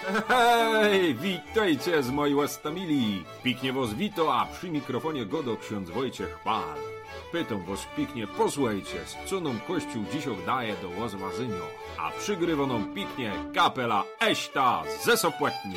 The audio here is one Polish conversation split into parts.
Hej, witajcie z mojej łastamili. Piknie was wito, a przy mikrofonie godo ksiądz Wojciech Pal. Pytam was piknie, posłuchajcie, co nam Kościół dzisiaj daje do łazwazynia. A przygrywa nam piknie kapela Eśta ze Sopłetni.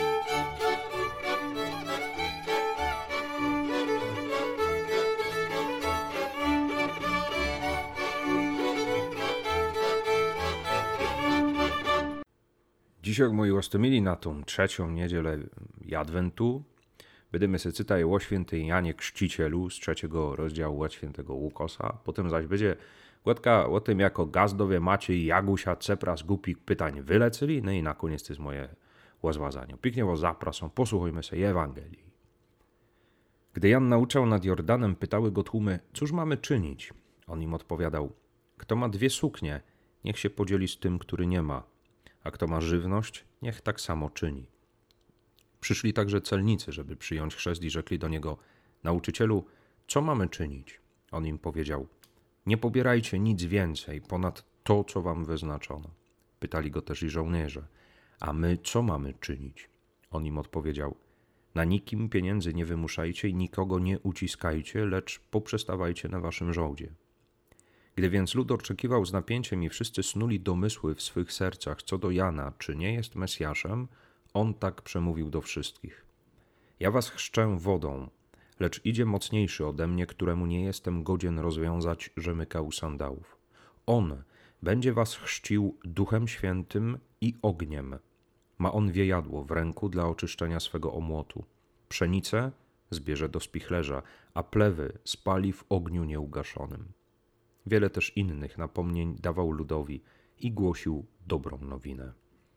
Dzisiaj moi łastomili na tą trzecią niedzielę Adwentu będziemy się czytać o świętej Janie Chrzcicielu z 3 rozdziału od świętego Łukasza. Potem zaś będzie gładka o tym, jako gazdowie Maciej, Jagusia, Cepras, Gupik pytań wylecyli. No i na koniec to jest moje łazwazanie. Pięknie was zapraszam, posłuchajmy się Ewangelii. Gdy Jan nauczał nad Jordanem, pytały go tłumy, cóż mamy czynić? On im odpowiadał, kto ma 2 suknie, niech się podzieli z tym, który nie ma. A kto ma żywność, niech tak samo czyni. Przyszli także celnicy, żeby przyjąć chrzest i rzekli do niego, nauczycielu, co mamy czynić? On im powiedział, nie pobierajcie nic więcej ponad to, co wam wyznaczono. Pytali go też i żołnierze, a my co mamy czynić? On im odpowiedział, na nikim pieniędzy nie wymuszajcie i nikogo nie uciskajcie, lecz poprzestawajcie na waszym żołdzie. Gdy więc lud oczekiwał z napięciem i wszyscy snuli domysły w swych sercach co do Jana, czy nie jest Mesjaszem, on tak przemówił do wszystkich. Ja was chrzczę wodą, lecz idzie mocniejszy ode mnie, któremu nie jestem godzien rozwiązać rzemyka sandałów. On będzie was chrzcił Duchem Świętym i ogniem. Ma on wiejadło w ręku dla oczyszczenia swego omłotu. Pszenicę zbierze do spichlerza, a plewy spali w ogniu nieugaszonym. Wiele też innych napomnień dawał ludowi i głosił dobrą nowinę.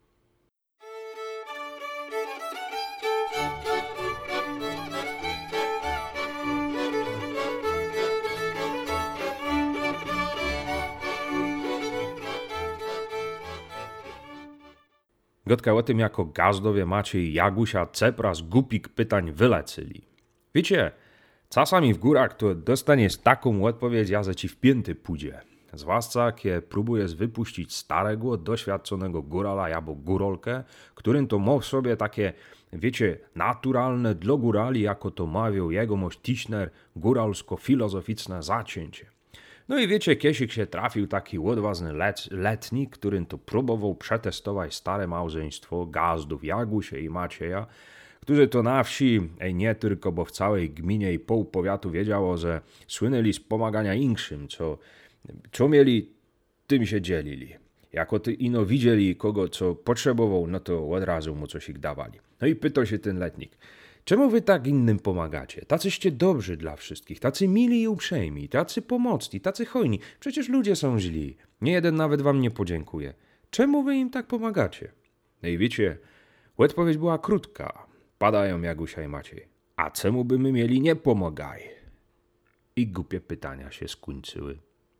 Gotka o tym, jako gazdowie Maciej, Jagusia, Cepras, Gupik pytań wylecyli. Wiecie, czasami w górach to dostaniesz taką odpowiedź, że ci w pięty pójdzie. Zwłaszcza, kiedy próbujesz wypuścić starego, doświadczonego górala albo górolkę, którym to ma w sobie takie, wiecie, naturalne dla górali, jako to mawiał jegomość Tischner, góralsko-filozoficzne zacięcie. No i wiecie, kiesik się trafił taki odważny letnik, którym to próbował przetestować stare małżeństwo gazdów Jagusia i Macieja, którzy to na wsi, nie tylko, bo w całej gminie i pół powiatu wiedziało, że słynęli z pomagania inkszym, co mieli, tym się dzielili. Jako ty ino widzieli kogo, co potrzebował, no to od razu mu coś ich dawali. No i pytał się ten letnik, czemu wy tak innym pomagacie? Tacyście dobrzy dla wszystkich, tacy mili i uprzejmi, tacy pomocni, tacy hojni. Przecież ludzie są źli. Nie jeden nawet wam nie podziękuje. Czemu wy im tak pomagacie? No i wiecie, odpowiedź była krótka. Padają Jagusia i Maciej. A czemu by my mieli nie pomagaj? I głupie pytania się skończyły.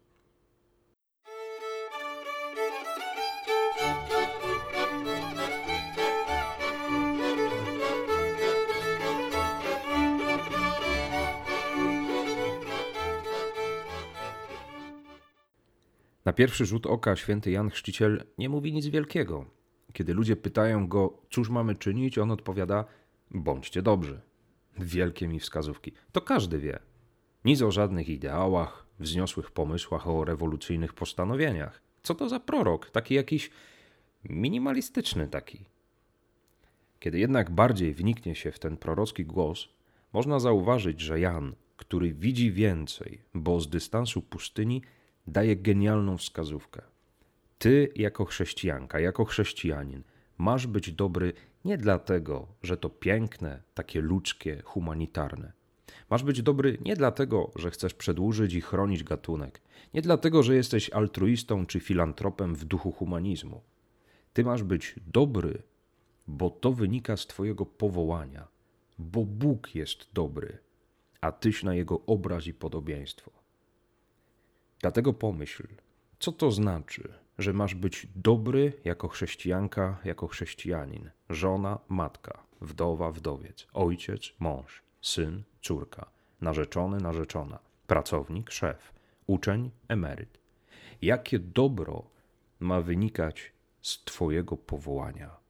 Na pierwszy rzut oka święty Jan Chrzciciel nie mówi nic wielkiego. Kiedy ludzie pytają go, cóż mamy czynić, on odpowiada, bądźcie dobrzy. Wielkie mi wskazówki. To każdy wie. Nic o żadnych ideałach, wzniosłych pomysłach, o rewolucyjnych postanowieniach. Co to za prorok? Taki jakiś minimalistyczny taki. Kiedy jednak bardziej wniknie się w ten prorocki głos, można zauważyć, że Jan, który widzi więcej, bo z dystansu pustyni, daje genialną wskazówkę. Ty jako chrześcijanka, jako chrześcijanin masz być dobry nie dlatego, że to piękne, takie ludzkie, humanitarne. Masz być dobry nie dlatego, że chcesz przedłużyć i chronić gatunek. Nie dlatego, że jesteś altruistą czy filantropem w duchu humanizmu. Ty masz być dobry, bo to wynika z twojego powołania. Bo Bóg jest dobry, a tyś na Jego obraz i podobieństwo. Dlatego pomyśl, co to znaczy, że masz być dobry jako chrześcijanka, jako chrześcijanin, żona, matka, wdowa, wdowiec, ojciec, mąż, syn, córka, narzeczony, narzeczona, pracownik, szef, uczeń, emeryt. Jakie dobro ma wynikać z twojego powołania?